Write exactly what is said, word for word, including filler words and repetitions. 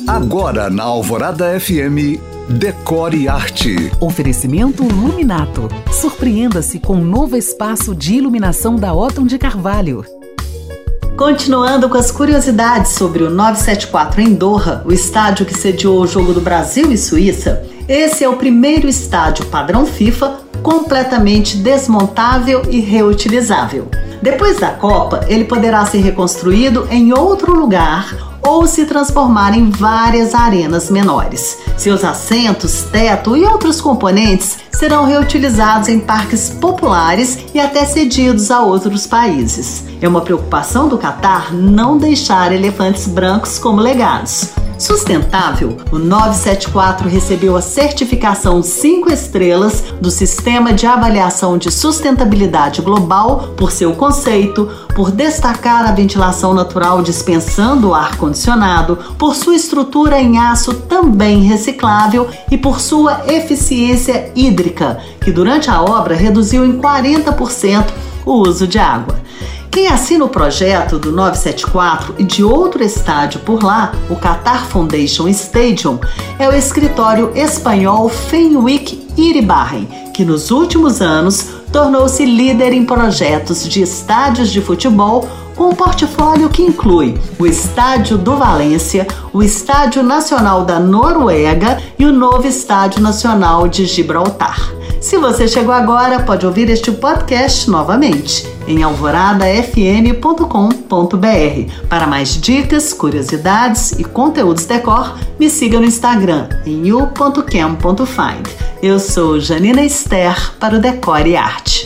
Agora na Alvorada F M, Decore Arte. Oferecimento Luminato. Surpreenda-se com um novo espaço de iluminação da Otton de Carvalho. Continuando com as curiosidades sobre o novecentos e setenta e quatro em Doha, o estádio que sediou o jogo do Brasil e Suíça, esse é o primeiro estádio padrão FIFA completamente desmontável e reutilizável. Depois da Copa, ele poderá ser reconstruído em outro lugar ou se transformar em várias arenas menores. Seus assentos, teto e outros componentes serão reutilizados em parques populares e até cedidos a outros países. É uma preocupação do Catar não deixar elefantes brancos como legados. Sustentável, o novecentos e setenta e quatro recebeu a certificação cinco estrelas do Sistema de Avaliação de Sustentabilidade Global por seu conceito, por destacar a ventilação natural dispensando o ar-condicionado, por sua estrutura em aço também reciclável e por sua eficiência hídrica, que durante a obra reduziu em quarenta por cento o uso de água. Quem assina o projeto do novecentos e setenta e quatro e de outro estádio por lá, o Qatar Foundation Stadium, é o escritório espanhol Fenwick Iribarren, que nos últimos anos tornou-se líder em projetos de estádios de futebol com um portfólio que inclui o Estádio do Valência, o Estádio Nacional da Noruega e o novo Estádio Nacional de Gibraltar. Se você chegou agora, pode ouvir este podcast novamente em alvorada f m ponto com ponto b r. Para mais dicas, curiosidades e conteúdos decor, me siga no Instagram em u ponto cam ponto find. Eu sou Janina Esther para o Decore Arte.